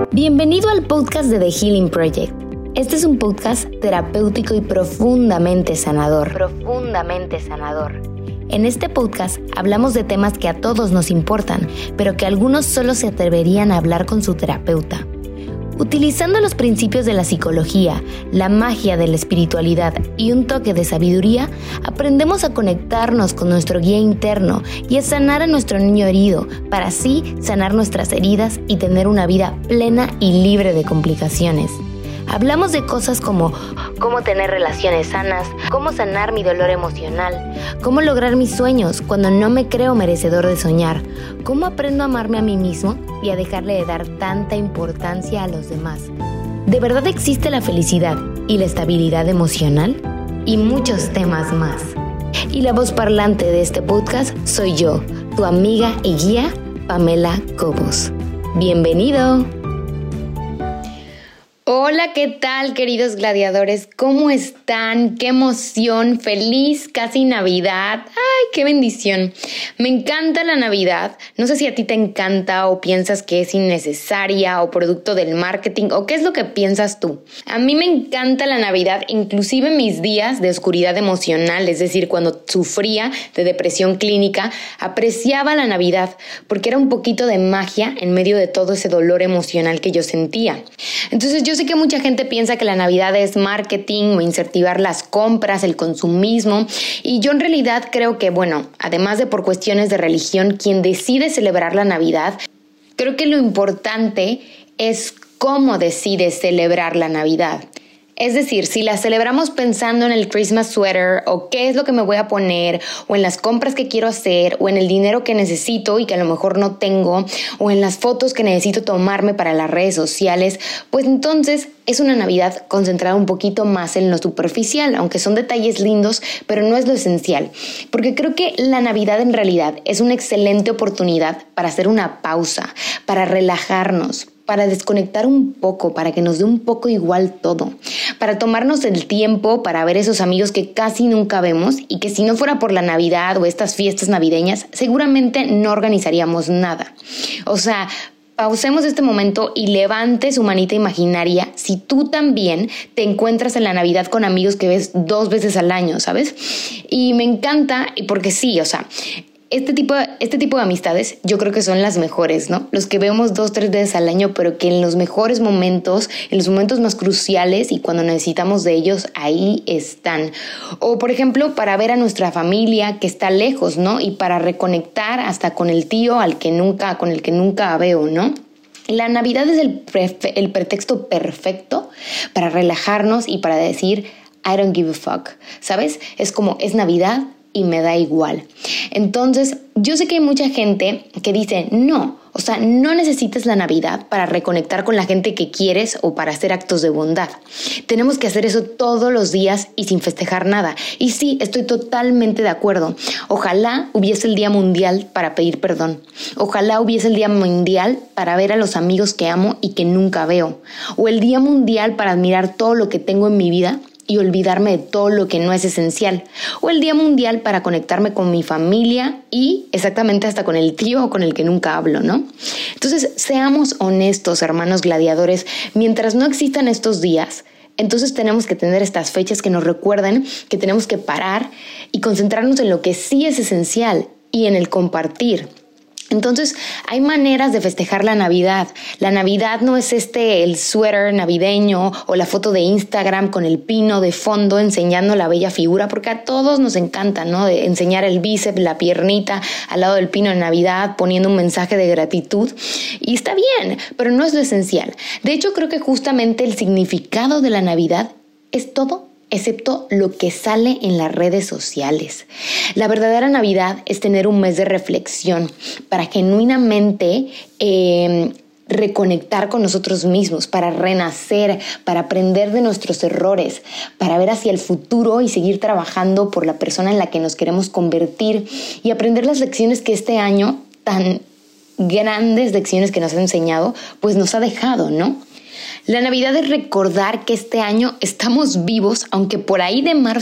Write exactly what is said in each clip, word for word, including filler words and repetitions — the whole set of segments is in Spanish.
Bienvenido al podcast de The Healing Project. Este es un podcast terapéutico y profundamente sanador. Profundamente sanador. En este podcast hablamos de temas que a todos nos importan, pero que algunos solo se atreverían a hablar con su terapeuta. Utilizando los principios de la psicología, la magia de la espiritualidad y un toque de sabiduría, aprendemos a conectarnos con nuestro guía interno y a sanar a nuestro niño herido, para así sanar nuestras heridas y tener una vida plena y libre de complicaciones. Hablamos de cosas como cómo tener relaciones sanas, cómo sanar mi dolor emocional, cómo lograr mis sueños cuando no me creo merecedor de soñar, cómo aprendo a amarme a mí mismo y a dejarle de dar tanta importancia a los demás. ¿De verdad existe la felicidad y la estabilidad emocional? Y muchos temas más. Y la voz parlante de este podcast soy yo, tu amiga y guía, Pamela Cobos. ¡Bienvenido! Hola, ¿qué tal, queridos gladiadores? ¿Cómo están? ¡Qué emoción! ¡Feliz casi Navidad! ¡Ay, qué bendición! Me encanta la Navidad. No sé si a ti te encanta o piensas que es innecesaria o producto del marketing o qué es lo que piensas tú. A mí me encanta la Navidad, inclusive en mis días de oscuridad emocional, es decir, cuando sufría de depresión clínica, apreciaba la Navidad porque era un poquito de magia en medio de todo ese dolor emocional que yo sentía. Entonces yo Yo sé que mucha gente piensa que la Navidad es marketing o incentivar las compras, el consumismo, y yo en realidad creo que, bueno, además de por cuestiones de religión, quien decide celebrar la Navidad, creo que lo importante es cómo decides celebrar la Navidad. Es decir, si la celebramos pensando en el Christmas sweater o qué es lo que me voy a poner o en las compras que quiero hacer o en el dinero que necesito y que a lo mejor no tengo o en las fotos que necesito tomarme para las redes sociales, pues entonces es una Navidad concentrada un poquito más en lo superficial, aunque son detalles lindos, pero no es lo esencial. Porque creo que la Navidad en realidad es una excelente oportunidad para hacer una pausa, para relajarnos, para desconectar un poco, para que nos dé un poco igual todo, para tomarnos el tiempo para ver esos amigos que casi nunca vemos y que si no fuera por la Navidad o estas fiestas navideñas, seguramente no organizaríamos nada. O sea, pausemos este momento y levante su manita imaginaria si tú también te encuentras en la Navidad con amigos que ves dos veces al año, ¿sabes? Y me encanta, porque sí, o sea, Este tipo, este tipo de amistades yo creo que son las mejores, ¿no? Los que vemos dos, tres veces al año, pero que en los mejores momentos, en los momentos más cruciales y cuando necesitamos de ellos, ahí están. O, por ejemplo, para ver a nuestra familia que está lejos, ¿no? Y para reconectar hasta con el tío al que nunca, con el que nunca veo, ¿no? La Navidad es el, prefe- el pretexto perfecto para relajarnos y para decir, I don't give a fuck, ¿sabes? Es como, es Navidad y me da igual. Entonces, yo sé que hay mucha gente que dice, no, o sea, no necesitas la Navidad para reconectar con la gente que quieres o para hacer actos de bondad. Tenemos que hacer eso todos los días y sin festejar nada. Y sí, estoy totalmente de acuerdo. Ojalá hubiese el Día Mundial para pedir perdón. Ojalá hubiese el Día Mundial para ver a los amigos que amo y que nunca veo. O el Día Mundial para admirar todo lo que tengo en mi vida y olvidarme de todo lo que no es esencial. O el Día Mundial para conectarme con mi familia y exactamente hasta con el tío o con el que nunca hablo, ¿no? Entonces, seamos honestos, hermanos gladiadores. Mientras no existan estos días, entonces tenemos que tener estas fechas que nos recuerden que tenemos que parar y concentrarnos en lo que sí es esencial y en el compartir. Entonces, hay maneras de festejar la Navidad. La Navidad no es este, el suéter navideño o la foto de Instagram con el pino de fondo enseñando la bella figura, porque a todos nos encanta, ¿no? De enseñar el bíceps, la piernita al lado del pino de Navidad, poniendo un mensaje de gratitud. Y está bien, pero no es lo esencial. De hecho, creo que justamente el significado de la Navidad es todo excepto lo que sale en las redes sociales. La verdadera Navidad es tener un mes de reflexión para genuinamente eh, reconectar con nosotros mismos, para renacer, para aprender de nuestros errores, para ver hacia el futuro y seguir trabajando por la persona en la que nos queremos convertir y aprender las lecciones que este año, tan grandes lecciones que nos ha enseñado, pues nos ha dejado, ¿no? La Navidad es recordar que este año estamos vivos, aunque por ahí de marzo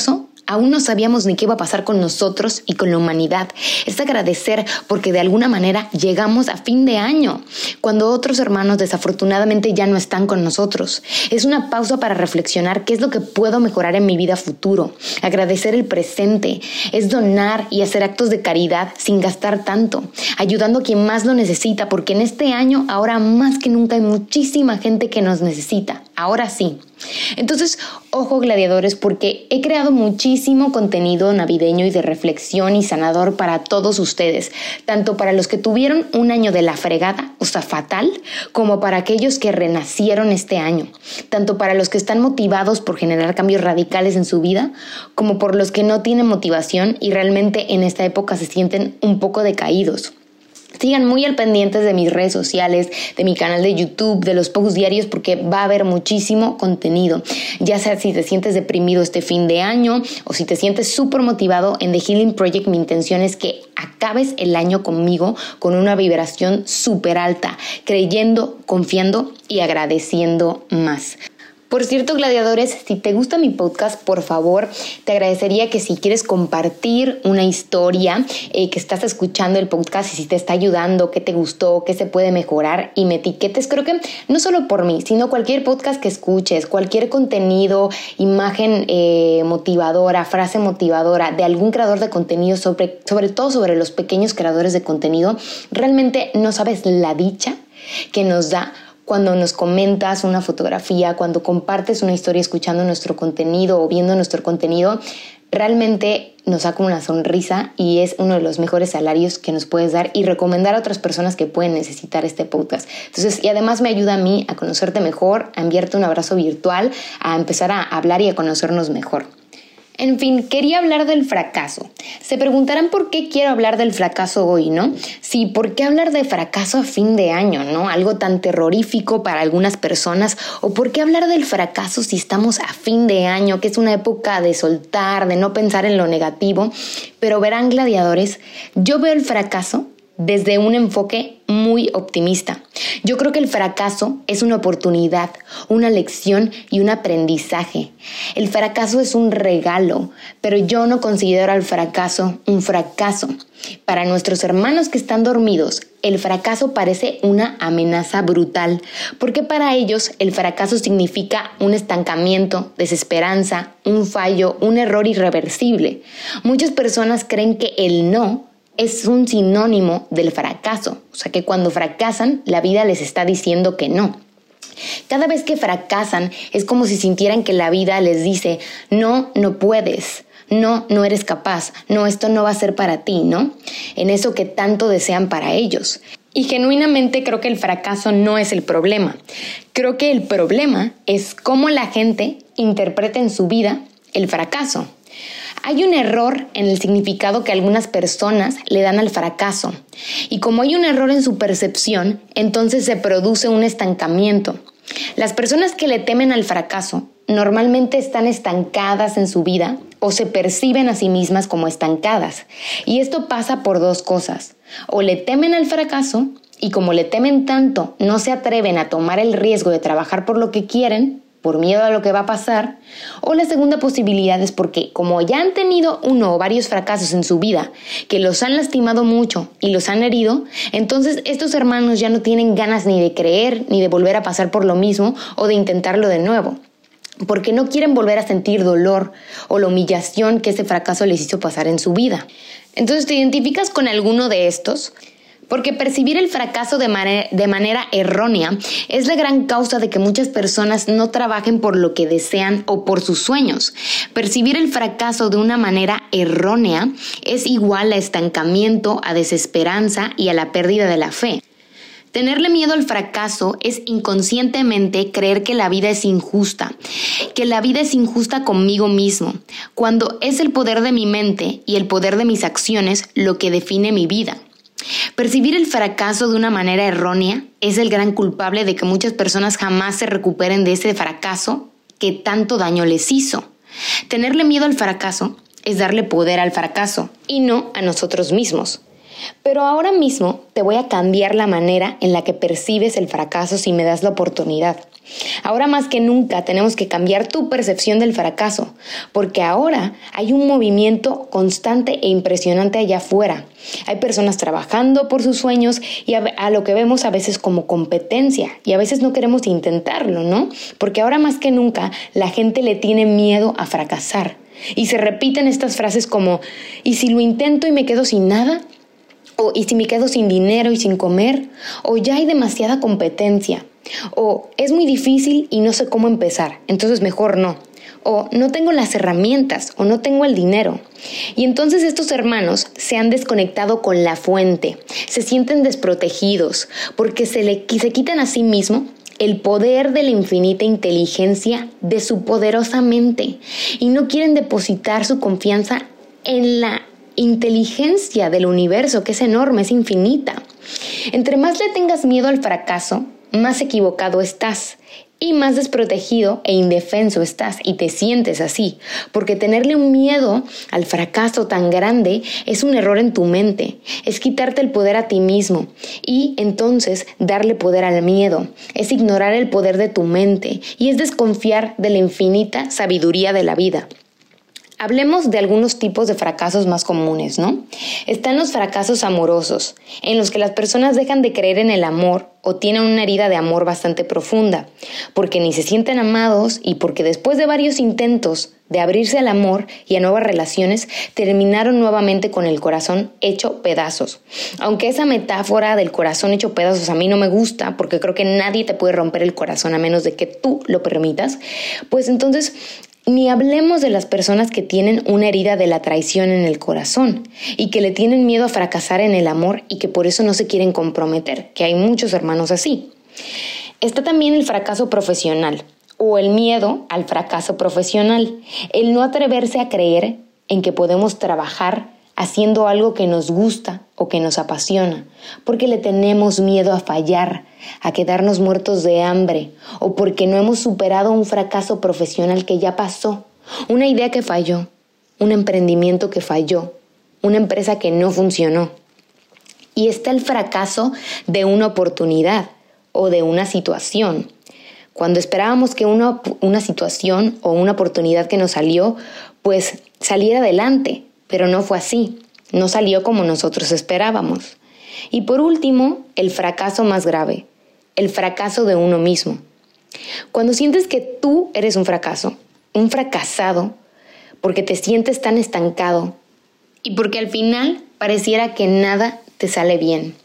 Aún no sabíamos ni qué iba a pasar con nosotros y con la humanidad. Es agradecer porque de alguna manera llegamos a fin de año, cuando otros hermanos desafortunadamente ya no están con nosotros. Es una pausa para reflexionar qué es lo que puedo mejorar en mi vida futuro. Agradecer el presente. Es donar y hacer actos de caridad sin gastar tanto, ayudando a quien más lo necesita, porque en este año, ahora más que nunca, hay muchísima gente que nos necesita. Ahora sí. Entonces, ojo gladiadores, porque he creado muchísimo contenido navideño y de reflexión y sanador para todos ustedes, tanto para los que tuvieron un año de la fregada, o sea, fatal, como para aquellos que renacieron este año, tanto para los que están motivados por generar cambios radicales en su vida, como por los que no tienen motivación y realmente en esta época se sienten un poco decaídos. Sigan muy al pendientes de mis redes sociales, de mi canal de YouTube, de los posts diarios, porque va a haber muchísimo contenido. Ya sea si te sientes deprimido este fin de año o si te sientes súper motivado en The Healing Project, mi intención es que acabes el año conmigo con una vibración súper alta, creyendo, confiando y agradeciendo más. Por cierto, gladiadores, si te gusta mi podcast, por favor, te agradecería que si quieres compartir una historia eh, que estás escuchando el podcast y si te está ayudando, qué te gustó, qué se puede mejorar y me etiquetes. Creo que no solo por mí, sino cualquier podcast que escuches, cualquier contenido, imagen eh, motivadora, frase motivadora de algún creador de contenido, sobre, sobre todo sobre los pequeños creadores de contenido, realmente no sabes la dicha que nos da cuando nos comentas una fotografía, cuando compartes una historia escuchando nuestro contenido o viendo nuestro contenido, realmente nos saca una sonrisa y es uno de los mejores salarios que nos puedes dar y recomendar a otras personas que pueden necesitar este podcast. Entonces, y además me ayuda a mí a conocerte mejor, a enviarte un abrazo virtual, a empezar a hablar y a conocernos mejor. En fin, quería hablar del fracaso. Se preguntarán por qué quiero hablar del fracaso hoy, ¿no? Sí, ¿por qué hablar de fracaso a fin de año, ¿no? Algo tan terrorífico para algunas personas. ¿O por qué hablar del fracaso si estamos a fin de año, que es una época de soltar, de no pensar en lo negativo? Pero verán, gladiadores, yo veo el fracaso desde un enfoque muy optimista. Yo creo que el fracaso es una oportunidad, una lección y un aprendizaje. El fracaso es un regalo, pero yo no considero al fracaso un fracaso. Para nuestros hermanos que están dormidos, el fracaso parece una amenaza brutal, porque para ellos el fracaso significa un estancamiento, desesperanza, un fallo, un error irreversible. Muchas personas creen que el no es un sinónimo del fracaso, o sea que cuando fracasan, la vida les está diciendo que no. Cada vez que fracasan, es como si sintieran que la vida les dice, no, no puedes, no, no eres capaz, no, esto no va a ser para ti, ¿no? En eso que tanto desean para ellos. Y genuinamente creo que el fracaso no es el problema. Creo que el problema es cómo la gente interpreta en su vida el fracaso. Hay un error en el significado que algunas personas le dan al fracaso. Y como hay un error en su percepción, entonces se produce un estancamiento. Las personas que le temen al fracaso normalmente están estancadas en su vida o se perciben a sí mismas como estancadas. Y esto pasa por dos cosas. O le temen al fracaso y como le temen tanto, no se atreven a tomar el riesgo de trabajar por lo que quieren, por miedo a lo que va a pasar, o la segunda posibilidad es porque como ya han tenido uno o varios fracasos en su vida que los han lastimado mucho y los han herido, entonces estos hermanos ya no tienen ganas ni de creer ni de volver a pasar por lo mismo o de intentarlo de nuevo, porque no quieren volver a sentir dolor o la humillación que ese fracaso les hizo pasar en su vida. Entonces, ¿te identificas con alguno de estos? Porque percibir el fracaso de, man- de manera errónea es la gran causa de que muchas personas no trabajen por lo que desean o por sus sueños. Percibir el fracaso de una manera errónea es igual a estancamiento, a desesperanza y a la pérdida de la fe. Tenerle miedo al fracaso es inconscientemente creer que la vida es injusta, que la vida es injusta conmigo mismo, cuando es el poder de mi mente y el poder de mis acciones lo que define mi vida. Percibir el fracaso de una manera errónea es el gran culpable de que muchas personas jamás se recuperen de ese fracaso que tanto daño les hizo. Tenerle miedo al fracaso es darle poder al fracaso y no a nosotros mismos. Pero ahora mismo te voy a cambiar la manera en la que percibes el fracaso si me das la oportunidad. Ahora más que nunca tenemos que cambiar tu percepción del fracaso, porque ahora hay un movimiento constante e impresionante allá afuera. Hay personas trabajando por sus sueños y a, a lo que vemos a veces como competencia, y a veces no queremos intentarlo, ¿no? Porque ahora más que nunca la gente le tiene miedo a fracasar. Y se repiten estas frases como, ¿y si lo intento y me quedo sin nada? O ¿y si me quedo sin dinero y sin comer? O ya hay demasiada competencia. O es muy difícil y no sé cómo empezar, entonces mejor no. O no tengo las herramientas, o no tengo el dinero. Y entonces estos hermanos se han desconectado con la fuente, se sienten desprotegidos, porque se, le, se quitan a sí mismos el poder de la infinita inteligencia de su poderosa mente y no quieren depositar su confianza en la inteligencia del universo, que es enorme, es infinita. Entre más le tengas miedo al fracaso, más equivocado estás y más desprotegido e indefenso estás y te sientes así, porque tenerle un miedo al fracaso tan grande es un error en tu mente, es quitarte el poder a ti mismo y entonces darle poder al miedo, es ignorar el poder de tu mente y es desconfiar de la infinita sabiduría de la vida. Hablemos de algunos tipos de fracasos más comunes, ¿no? Están los fracasos amorosos, en los que las personas dejan de creer en el amor o tienen una herida de amor bastante profunda, porque ni se sienten amados y porque después de varios intentos de abrirse al amor y a nuevas relaciones, terminaron nuevamente con el corazón hecho pedazos. Aunque esa metáfora del corazón hecho pedazos a mí no me gusta, porque creo que nadie te puede romper el corazón a menos de que tú lo permitas, pues entonces ni hablemos de las personas que tienen una herida de la traición en el corazón y que le tienen miedo a fracasar en el amor y que por eso no se quieren comprometer, que hay muchos hermanos así. Está también el fracaso profesional o el miedo al fracaso profesional, el no atreverse a creer en que podemos trabajar haciendo algo que nos gusta o que nos apasiona, porque le tenemos miedo a fallar, a quedarnos muertos de hambre, o porque no hemos superado un fracaso profesional que ya pasó, una idea que falló, un emprendimiento que falló, una empresa que no funcionó. Y está el fracaso de una oportunidad o de una situación. Cuando esperábamos que una, una situación o una oportunidad que nos salió, pues saliera adelante, pero no fue así, no salió como nosotros esperábamos. Y por último, el fracaso más grave, el fracaso de uno mismo. Cuando sientes que tú eres un fracaso, un fracasado, porque te sientes tan estancado y porque al final pareciera que nada te sale bien.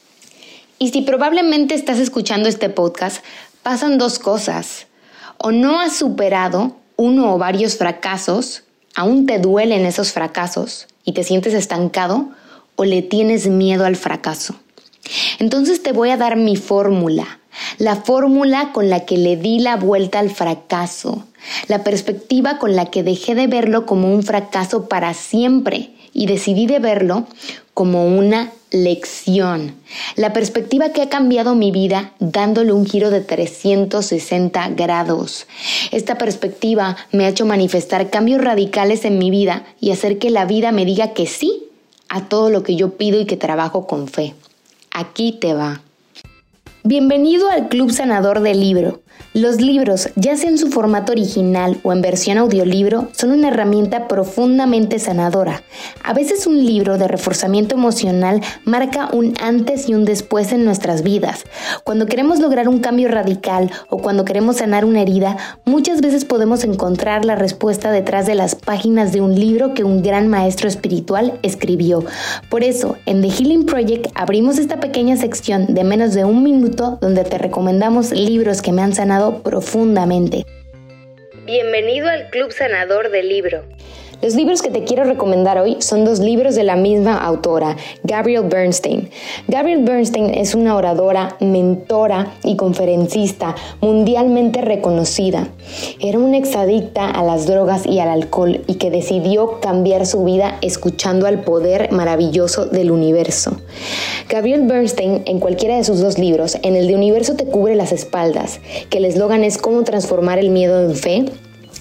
Y si probablemente estás escuchando este podcast, pasan dos cosas. O no has superado uno o varios fracasos, aún te duelen esos fracasos y te sientes estancado, o le tienes miedo al fracaso. Entonces te voy a dar mi fórmula, la fórmula con la que le di la vuelta al fracaso, la perspectiva con la que dejé de verlo como un fracaso para siempre y decidí de verlo como una lección. La perspectiva que ha cambiado mi vida dándole un giro de trescientos sesenta grados. Esta perspectiva me ha hecho manifestar cambios radicales en mi vida y hacer que la vida me diga que sí a todo lo que yo pido y que trabajo con fe. Aquí te va. Bienvenido al Club Sanador del Libro. Los libros, ya sea en su formato original o en versión audiolibro, son una herramienta profundamente sanadora. A veces un libro de reforzamiento emocional marca un antes y un después en nuestras vidas. Cuando queremos lograr un cambio radical o cuando queremos sanar una herida, muchas veces podemos encontrar la respuesta detrás de las páginas de un libro que un gran maestro espiritual escribió. Por eso, en The Healing Project abrimos esta pequeña sección de menos de un minuto donde te recomendamos libros que me han sanado profundamente. Bienvenido al Club Sanador del Libro. Los libros que te quiero recomendar hoy son dos libros de la misma autora, Gabrielle Bernstein. Gabrielle Bernstein es una oradora, mentora y conferencista mundialmente reconocida. Era una exadicta a las drogas y al alcohol y que decidió cambiar su vida escuchando al poder maravilloso del universo. Gabrielle Bernstein, en cualquiera de sus dos libros, en el de Universo te cubre las espaldas, que el eslogan es cómo transformar el miedo en fe,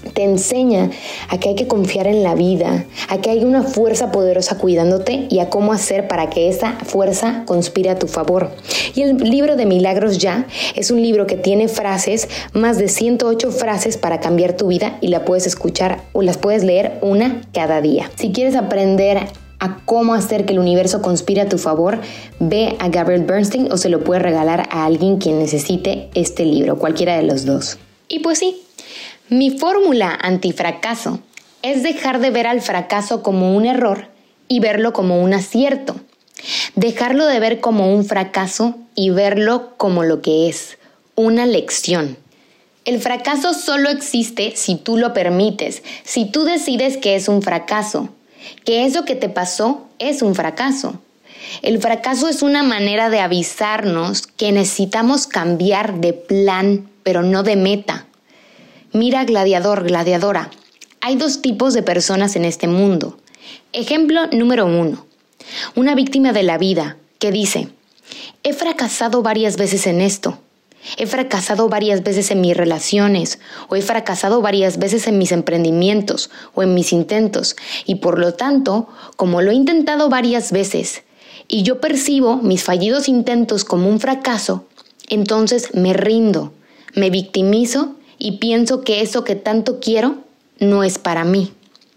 Te enseña a que hay que confiar en la vida, a que hay una fuerza poderosa cuidándote y a cómo hacer para que esa fuerza conspire a tu favor. Y el libro de Milagros Ya es un libro que tiene frases, más de ciento ocho frases para cambiar tu vida, y la puedes escuchar o las puedes leer una cada día. Si quieres aprender a cómo hacer que el universo conspire a tu favor, ve a Gabrielle Bernstein o se lo puedes regalar a alguien quien necesite este libro, cualquiera de los dos. Y pues sí, mi fórmula antifracaso es dejar de ver al fracaso como un error y verlo como un acierto. Dejarlo de ver como un fracaso y verlo como lo que es, una lección. El fracaso solo existe si tú lo permites, si tú decides que es un fracaso, que eso que te pasó es un fracaso. El fracaso es una manera de avisarnos que necesitamos cambiar de plan, pero no de meta. Mira, gladiador, gladiadora, hay dos tipos de personas en este mundo. Ejemplo número uno, una víctima de la vida que dice: he fracasado varias veces en esto, he fracasado varias veces en mis relaciones, o he fracasado varias veces en mis emprendimientos o en mis intentos, y por lo tanto, como lo he intentado varias veces, y yo percibo mis fallidos intentos como un fracaso, entonces me rindo, me victimizo y pienso que eso que tanto quiero no es para mí.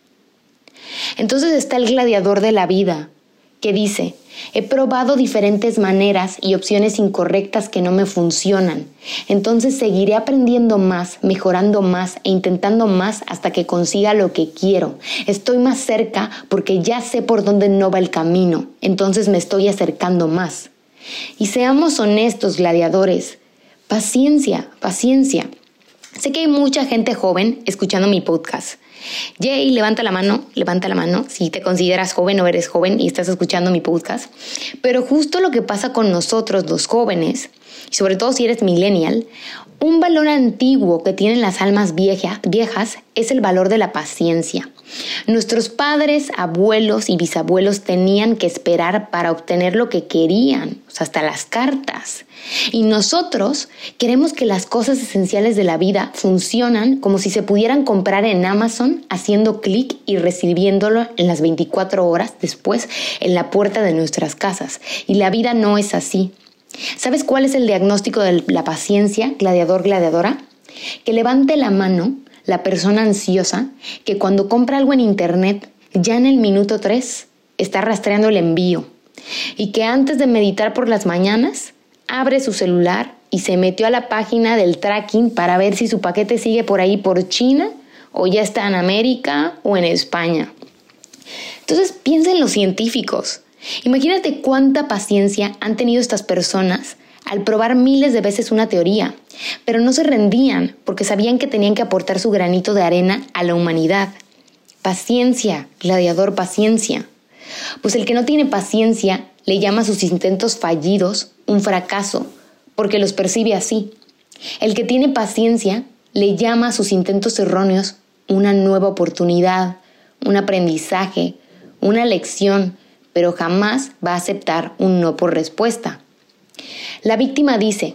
Entonces está el gladiador de la vida, que dice: he probado diferentes maneras y opciones incorrectas que no me funcionan. Entonces seguiré aprendiendo más, mejorando más e intentando más hasta que consiga lo que quiero. Estoy más cerca porque ya sé por dónde no va el camino. Entonces me estoy acercando más. Y seamos honestos, gladiadores. Paciencia, paciencia. Sé que hay mucha gente joven escuchando mi podcast. Jay, levanta la mano, levanta la mano si te consideras joven o eres joven y estás escuchando mi podcast. Pero justo lo que pasa con nosotros los jóvenes, y sobre todo si eres millennial, un valor antiguo que tienen las almas vieja, viejas es el valor de la paciencia. Nuestros padres, abuelos y bisabuelos tenían que esperar para obtener lo que querían, o sea, hasta las cartas. Y nosotros queremos que las cosas esenciales de la vida funcionan como si se pudieran comprar en Amazon haciendo clic y recibiéndolo en las veinticuatro horas después en la puerta de nuestras casas. Y la vida no es así. ¿Sabes cuál es el diagnóstico de la paciencia, gladiador, gladiadora? Que levante la mano la persona ansiosa que cuando compra algo en internet, ya en el minuto tres está rastreando el envío. Y que antes de meditar por las mañanas, abre su celular y se metió a la página del tracking para ver si su paquete sigue por ahí por China o ya está en América o en España. Entonces piensa en los científicos. Imagínate cuánta paciencia han tenido estas personas al probar miles de veces una teoría, pero no se rendían porque sabían que tenían que aportar su granito de arena a la humanidad. Paciencia, gladiador, paciencia. Pues el que no tiene paciencia le llama a sus intentos fallidos un fracaso, porque los percibe así. El que tiene paciencia le llama a sus intentos erróneos una nueva oportunidad, un aprendizaje, una lección, pero jamás va a aceptar un no por respuesta. La víctima dice: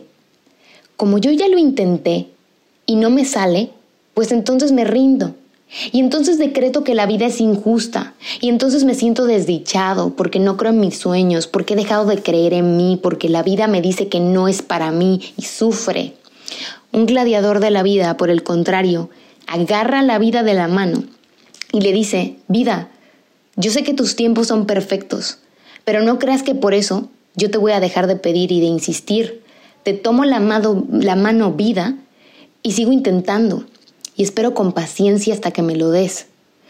como yo ya lo intenté y no me sale, pues entonces me rindo. Y entonces decreto que la vida es injusta. Y entonces me siento desdichado porque no creo en mis sueños, porque he dejado de creer en mí, porque la vida me dice que no es para mí y sufre. Un gladiador de la vida, por el contrario, agarra la vida de la mano y le dice: vida, yo sé que tus tiempos son perfectos, pero no creas que por eso yo te voy a dejar de pedir y de insistir. Te tomo la mano, la mano, vida, y sigo intentando. Y espero con paciencia hasta que me lo des.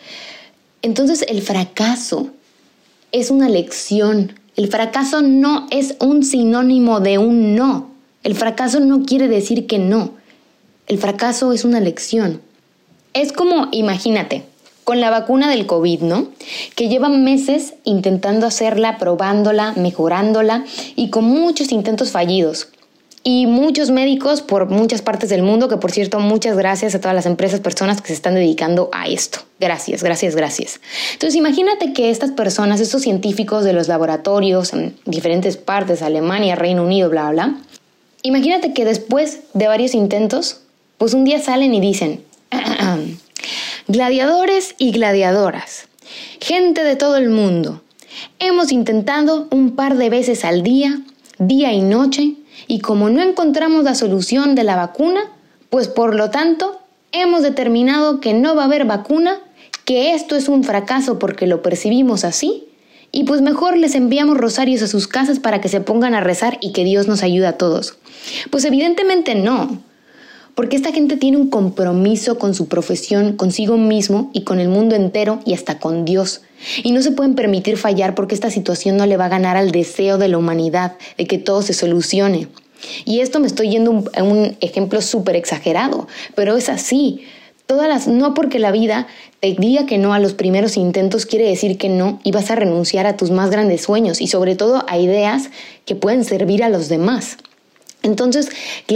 Entonces el fracaso es una lección. El fracaso no es un sinónimo de un no. El fracaso no quiere decir que no. El fracaso es una lección. Es como, imagínate, con la vacuna del COVID, ¿no? Que llevan meses intentando hacerla, probándola, mejorándola y con muchos intentos fallidos. Y muchos médicos por muchas partes del mundo, que por cierto, muchas gracias a todas las empresas, personas que se están dedicando a esto. Gracias, gracias, gracias. Entonces imagínate que estas personas, estos científicos de los laboratorios en diferentes partes, Alemania, Reino Unido, bla, bla, imagínate que después de varios intentos, pues un día salen y dicen: Gladiadores y gladiadoras, gente de todo el mundo, hemos intentado un par de veces al día, día y noche, y como no encontramos la solución de la vacuna, pues por lo tanto hemos determinado que no va a haber vacuna, que esto es un fracaso porque lo percibimos así, y pues mejor les enviamos rosarios a sus casas para que se pongan a rezar y que Dios nos ayude a todos. Pues evidentemente no, porque esta gente tiene un compromiso con su profesión, consigo mismo y con el mundo entero y hasta con Dios. Y no se pueden permitir fallar porque esta situación no le va a ganar al deseo de la humanidad de que todo se solucione. Y esto me estoy yendo a un, un ejemplo súper exagerado, pero es así. Todas las, no porque la vida te diga que no a los primeros intentos quiere decir que no y vas a renunciar a tus más grandes sueños y sobre todo a ideas que pueden servir a los demás. Entonces,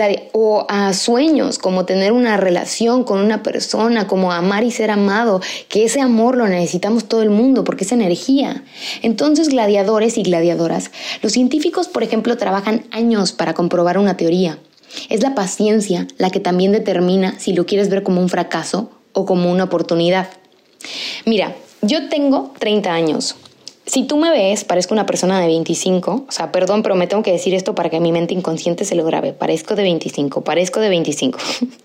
o a sueños como tener una relación con una persona, como amar y ser amado, que ese amor lo necesitamos todo el mundo porque es energía. Entonces, gladiadores y gladiadoras, los científicos, por ejemplo, trabajan años para comprobar una teoría. Es la paciencia la que también determina si lo quieres ver como un fracaso o como una oportunidad. Mira, yo tengo treinta años. Si tú me ves, parezco una persona de veinticinco, o sea, perdón, pero me tengo que decir esto para que mi mente inconsciente se lo grabe. Parezco de veinticinco, parezco de veinticinco.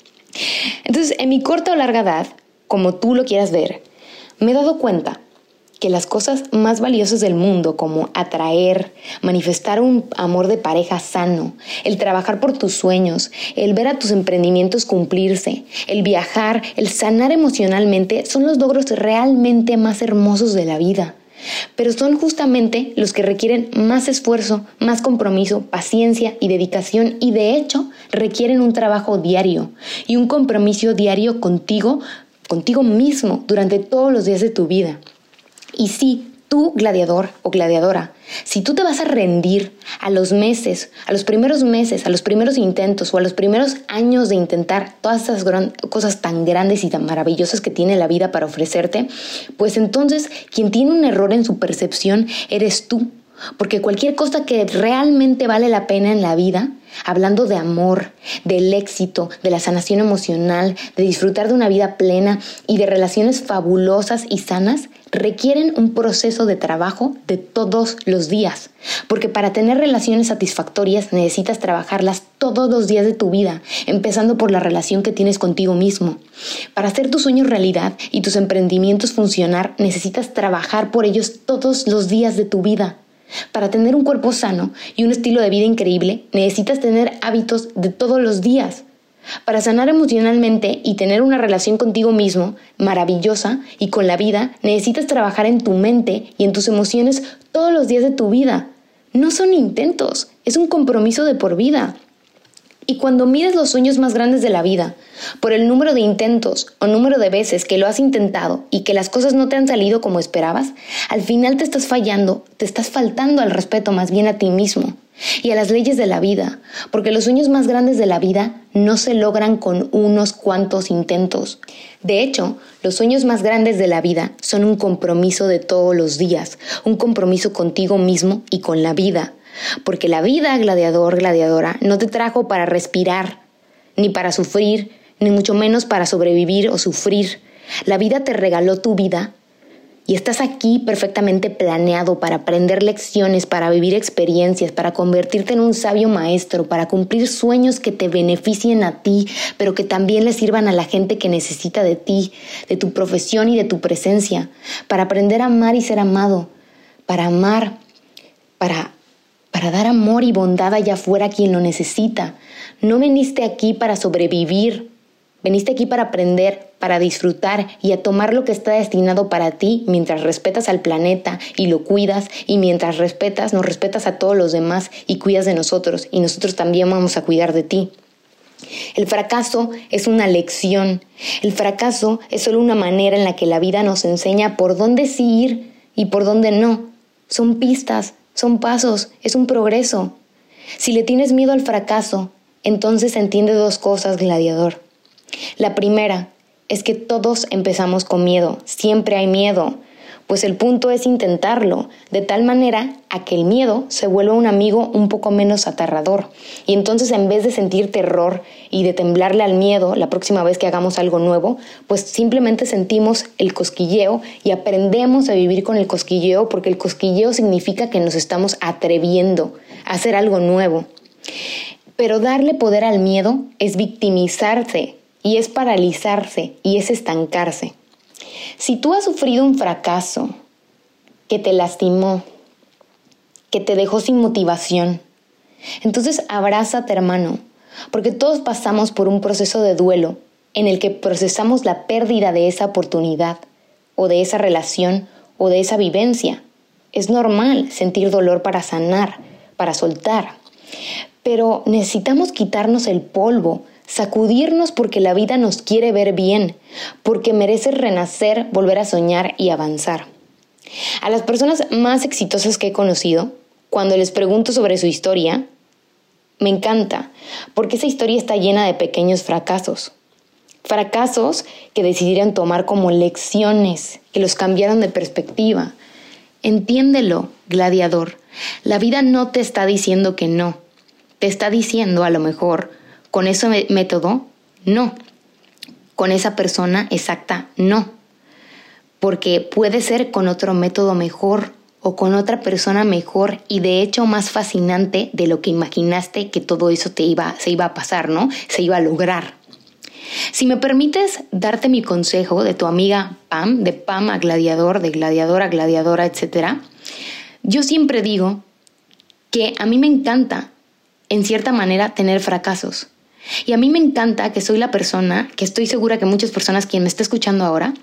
Entonces, en mi corta o larga edad, como tú lo quieras ver, me he dado cuenta que las cosas más valiosas del mundo, como atraer, manifestar un amor de pareja sano, el trabajar por tus sueños, el ver a tus emprendimientos cumplirse, el viajar, el sanar emocionalmente, son los logros realmente más hermosos de la vida. Pero son justamente los que requieren más esfuerzo, más compromiso, paciencia y dedicación y de hecho requieren un trabajo diario y un compromiso diario contigo, contigo mismo durante todos los días de tu vida. Y sí, tú, gladiador o gladiadora, si tú te vas a rendir a los meses, a los primeros meses, a los primeros intentos o a los primeros años de intentar todas esas gran, cosas tan grandes y tan maravillosas que tiene la vida para ofrecerte, pues entonces quien tiene un error en su percepción eres tú. Porque cualquier cosa que realmente vale la pena en la vida, hablando de amor, del éxito, de la sanación emocional, de disfrutar de una vida plena y de relaciones fabulosas y sanas, requieren un proceso de trabajo de todos los días. Porque para tener relaciones satisfactorias necesitas trabajarlas todos los días de tu vida, empezando por la relación que tienes contigo mismo. Para hacer tus sueños realidad y tus emprendimientos funcionar, necesitas trabajar por ellos todos los días de tu vida. Para tener un cuerpo sano y un estilo de vida increíble, necesitas tener hábitos de todos los días. Para sanar emocionalmente y tener una relación contigo mismo maravillosa y con la vida, necesitas trabajar en tu mente y en tus emociones todos los días de tu vida. No son intentos, es un compromiso de por vida. Y cuando mides los sueños más grandes de la vida, por el número de intentos o número de veces que lo has intentado y que las cosas no te han salido como esperabas, al final te estás fallando, te estás faltando al respeto más bien a ti mismo y a las leyes de la vida, porque los sueños más grandes de la vida no se logran con unos cuantos intentos. De hecho, los sueños más grandes de la vida son un compromiso de todos los días, un compromiso contigo mismo y con la vida. Porque la vida, gladiador, gladiadora, no te trajo para respirar, ni para sufrir, ni mucho menos para sobrevivir o sufrir. La vida te regaló tu vida y estás aquí perfectamente planeado para aprender lecciones, para vivir experiencias, para convertirte en un sabio maestro, para cumplir sueños que te beneficien a ti, pero que también le sirvan a la gente que necesita de ti, de tu profesión y de tu presencia, para aprender a amar y ser amado, para amar, para para dar amor y bondad allá afuera a quien lo necesita. No viniste aquí para sobrevivir, viniste aquí para aprender, para disfrutar y a tomar lo que está destinado para ti mientras respetas al planeta y lo cuidas y mientras respetas, nos respetas a todos los demás y cuidas de nosotros y nosotros también vamos a cuidar de ti. El fracaso es una lección. El fracaso es solo una manera en la que la vida nos enseña por dónde sí ir y por dónde no. Son pistas. Son pasos, es un progreso. Si le tienes miedo al fracaso, entonces entiende dos cosas, gladiador. La primera es que todos empezamos con miedo, siempre hay miedo, pues el punto es intentarlo, de tal manera a que el miedo se vuelva un amigo un poco menos aterrador. Y entonces en vez de sentir terror y de temblarle al miedo la próxima vez que hagamos algo nuevo, pues simplemente sentimos el cosquilleo y aprendemos a vivir con el cosquilleo, porque el cosquilleo significa que nos estamos atreviendo a hacer algo nuevo. Pero darle poder al miedo es victimizarse y es paralizarse y es estancarse. Si tú has sufrido un fracaso que te lastimó, que te dejó sin motivación, entonces abrázate, hermano, porque todos pasamos por un proceso de duelo en el que procesamos la pérdida de esa oportunidad o de esa relación o de esa vivencia. Es normal sentir dolor para sanar, para soltar, pero necesitamos quitarnos el polvo, sacudirnos porque la vida nos quiere ver bien, porque merece renacer, volver a soñar y avanzar. A las personas más exitosas que he conocido, cuando les pregunto sobre su historia, me encanta, porque esa historia está llena de pequeños fracasos. Fracasos que decidieron tomar como lecciones, que los cambiaron de perspectiva. Entiéndelo, gladiador. La vida no te está diciendo que no. Te está diciendo, a lo mejor, con ese método, no. Con esa persona exacta, no. Porque puede ser con otro método mejor o con otra persona mejor y de hecho más fascinante de lo que imaginaste que todo eso te iba, se iba a pasar, ¿no? Se iba a lograr. Si me permites darte mi consejo de tu amiga Pam, de Pam a gladiador, de gladiador a gladiadora, etcétera, yo siempre digo que a mí me encanta, en cierta manera, tener fracasos. Y a mí me encanta que soy la persona, que estoy segura que muchas personas, quien me está escuchando ahora,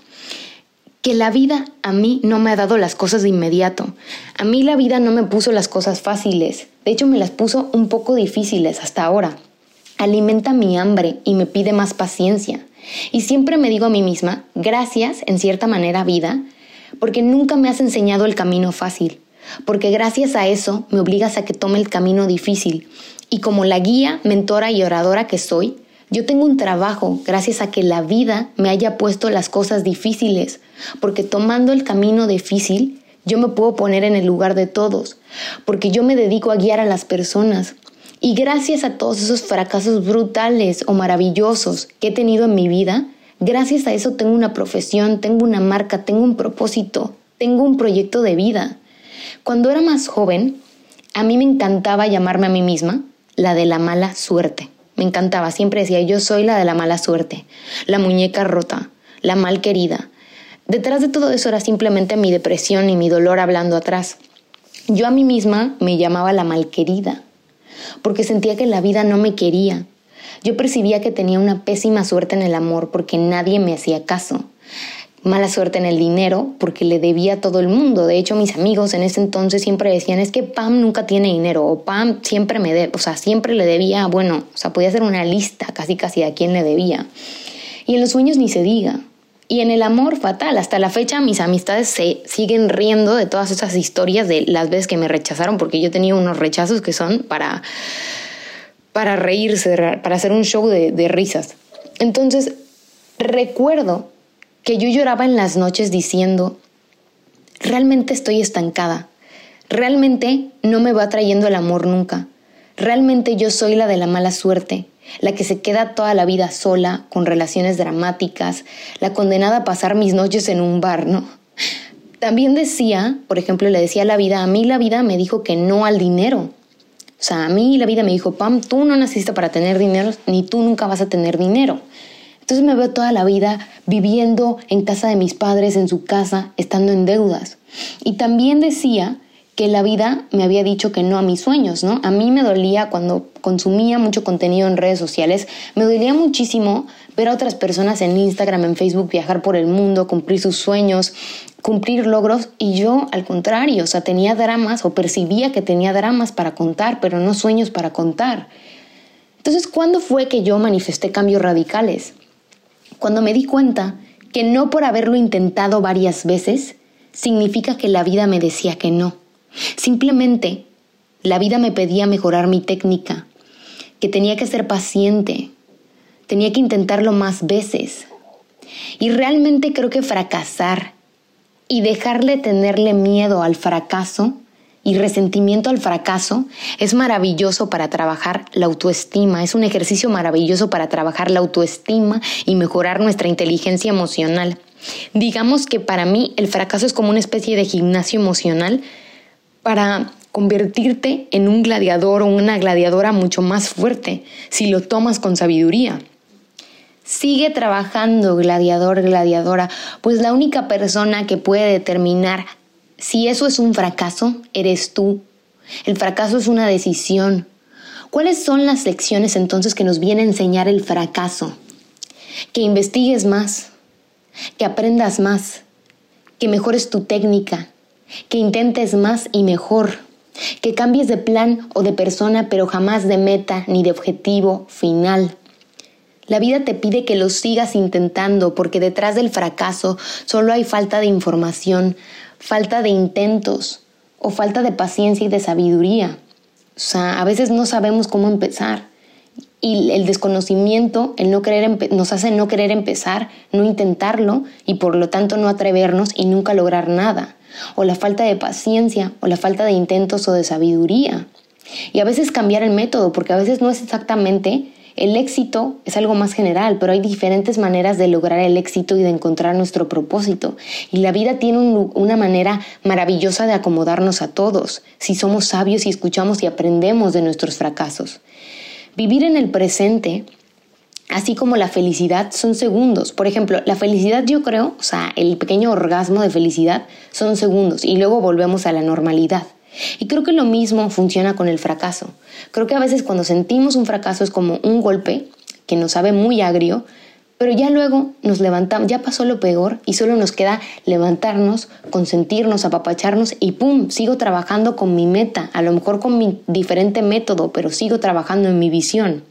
que la vida a mí no me ha dado las cosas de inmediato. A mí la vida no me puso las cosas fáciles. De hecho, me las puso un poco difíciles hasta ahora. Alimenta mi hambre y me pide más paciencia. Y siempre me digo a mí misma, gracias, en cierta manera, vida, porque nunca me has enseñado el camino fácil. Porque gracias a eso me obligas a que tome el camino difícil. Y como la guía, mentora y oradora que soy, yo tengo un trabajo gracias a que la vida me haya puesto las cosas difíciles, porque tomando el camino difícil, yo me puedo poner en el lugar de todos, porque yo me dedico a guiar a las personas. Y gracias a todos esos fracasos brutales o maravillosos que he tenido en mi vida, gracias a eso tengo una profesión, tengo una marca, tengo un propósito, tengo un proyecto de vida. Cuando era más joven, a mí me encantaba llamarme a mí misma la de la mala suerte. Me encantaba, siempre decía, yo soy la de la mala suerte, la muñeca rota, la mal querida. Detrás de todo eso era simplemente mi depresión y mi dolor hablando atrás. Yo a mí misma me llamaba la malquerida, porque sentía que la vida no me quería. Yo percibía que tenía una pésima suerte en el amor porque nadie me hacía caso. Mala suerte en el dinero porque le debía a todo el mundo. De hecho, mis amigos en ese entonces siempre decían, es que Pam nunca tiene dinero, o Pam siempre me debe, o sea, siempre le debía, bueno, o sea, podía hacer una lista casi casi de a quién le debía. Y en los sueños ni se diga. Y en el amor, fatal. Hasta la fecha mis amistades se siguen riendo de todas esas historias de las veces que me rechazaron, porque yo tenía unos rechazos que son para, para reírse, para hacer un show de, de risas. Entonces, recuerdo que yo lloraba en las noches diciendo, realmente estoy estancada, realmente no me va trayendo el amor nunca, realmente yo soy la de la mala suerte, la que se queda toda la vida sola, con relaciones dramáticas, la condenada a pasar mis noches en un bar, ¿no? También decía, por ejemplo, le decía a la vida, a mí la vida me dijo que no al dinero. O sea, a mí la vida me dijo, Pam, tú no naciste para tener dinero, ni tú nunca vas a tener dinero. Entonces me veo toda la vida viviendo en casa de mis padres, en su casa, estando en deudas. Y también decía que la vida me había dicho que no a mis sueños, ¿no? A mí me dolía cuando consumía mucho contenido en redes sociales, me dolía muchísimo ver a otras personas en Instagram, en Facebook, viajar por el mundo, cumplir sus sueños, cumplir logros, y yo al contrario, o sea, tenía dramas o percibía que tenía dramas para contar, pero no sueños para contar. Entonces, ¿cuándo fue que yo manifesté cambios radicales? Cuando me di cuenta que no por haberlo intentado varias veces significa que la vida me decía que no. Simplemente la vida me pedía mejorar mi técnica, que tenía que ser paciente, tenía que intentarlo más veces. Y realmente creo que fracasar y dejarle tenerle miedo al fracaso y resentimiento al fracaso es maravilloso para trabajar la autoestima. Es un ejercicio maravilloso para trabajar la autoestima y mejorar nuestra inteligencia emocional. Digamos que para mí el fracaso es como una especie de gimnasio emocional para convertirte en un gladiador o una gladiadora mucho más fuerte si lo tomas con sabiduría. Sigue trabajando, gladiador, gladiadora, pues la única persona que puede determinar si eso es un fracaso, eres tú. El fracaso es una decisión. ¿Cuáles son las lecciones entonces que nos viene a enseñar el fracaso? Que investigues más, que aprendas más, que mejores tu técnica, que intentes más y mejor, que cambies de plan o de persona, pero jamás de meta ni de objetivo final. La vida te pide que lo sigas intentando porque detrás del fracaso solo hay falta de información, falta de intentos o falta de paciencia y de sabiduría. O sea, a veces no sabemos cómo empezar y el desconocimiento, el no querer empe- nos hace no querer empezar, no intentarlo y por lo tanto no atrevernos y nunca lograr nada. O la falta de paciencia o la falta de intentos o de sabiduría. Y a veces cambiar el método porque a veces no es exactamente... El éxito es algo más general, pero hay diferentes maneras de lograr el éxito y de encontrar nuestro propósito. Y la vida tiene un, una manera maravillosa de acomodarnos a todos, si somos sabios y escuchamos y aprendemos de nuestros fracasos. Vivir en el presente, así como la felicidad, son segundos. Por ejemplo, la felicidad yo creo, o sea, el pequeño orgasmo de felicidad son segundos y luego volvemos a la normalidad. Y creo que lo mismo funciona con el fracaso. Creo que a veces cuando sentimos un fracaso es como un golpe que nos sabe muy agrio, pero ya luego nos levantamos, ya pasó lo peor y solo nos queda levantarnos, consentirnos, apapacharnos y ¡pum! Sigo trabajando con mi meta, a lo mejor con mi diferente método, pero sigo trabajando en mi visión.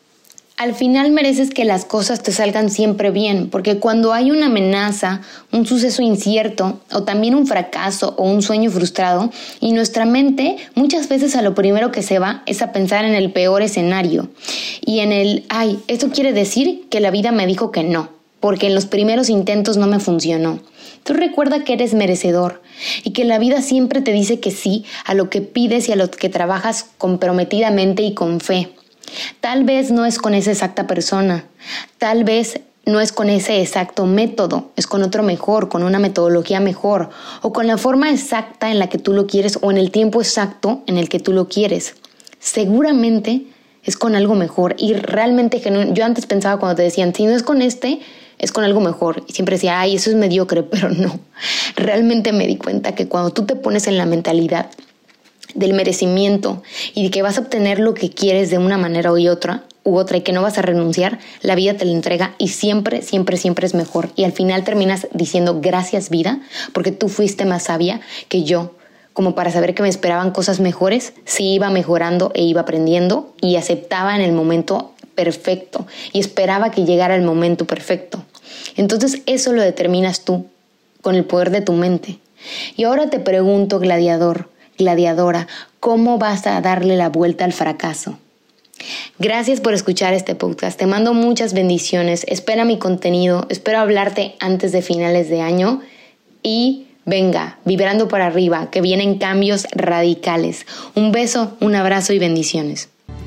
Al final mereces que las cosas te salgan siempre bien, porque cuando hay una amenaza, un suceso incierto, o también un fracaso o un sueño frustrado, y nuestra mente muchas veces a lo primero que se va es a pensar en el peor escenario, y en el, ay, esto quiere decir que la vida me dijo que no, porque en los primeros intentos no me funcionó. Tú recuerda que eres merecedor, y que la vida siempre te dice que sí a lo que pides y a lo que trabajas comprometidamente y con fe. Tal vez no es con esa exacta persona, tal vez no es con ese exacto método, es con otro mejor, con una metodología mejor, o con la forma exacta en la que tú lo quieres o en el tiempo exacto en el que tú lo quieres. Seguramente es con algo mejor y realmente genuino. Yo antes pensaba cuando te decían, si no es con este, es con algo mejor. Y siempre decía, ay, eso es mediocre, pero no. Realmente me di cuenta que cuando tú te pones en la mentalidad del merecimiento y de que vas a obtener lo que quieres de una manera u otra, u otra y que no vas a renunciar, la vida te lo entrega y siempre, siempre, siempre es mejor. Y al final terminas diciendo gracias vida, porque tú fuiste más sabia que yo, como para saber que me esperaban cosas mejores, sí iba mejorando e iba aprendiendo y aceptaba en el momento perfecto y esperaba que llegara el momento perfecto. Entonces eso lo determinas tú, con el poder de tu mente. Y ahora te pregunto, gladiador, gladiadora, ¿cómo vas a darle la vuelta al fracaso? Gracias por escuchar este podcast. Te mando muchas bendiciones. Espera mi contenido. Espero hablarte antes de finales de año. Y venga, vibrando para arriba, que vienen cambios radicales. Un beso, un abrazo y bendiciones.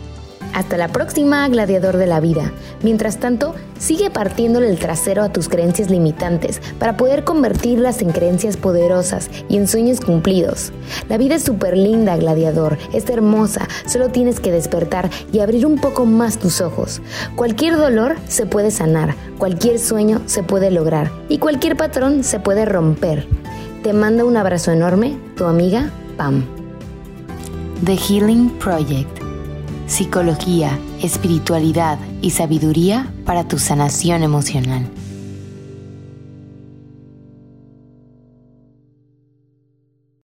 Hasta la próxima, gladiador de la vida. Mientras tanto, sigue partiéndole el trasero a tus creencias limitantes para poder convertirlas en creencias poderosas y en sueños cumplidos. La vida es súper linda, gladiador. Es hermosa. Solo tienes que despertar y abrir un poco más tus ojos. Cualquier dolor se puede sanar, cualquier sueño se puede lograr y cualquier patrón se puede romper. Te mando un abrazo enorme, tu amiga Pam. The Healing Project. Psicología, espiritualidad y sabiduría para tu sanación emocional.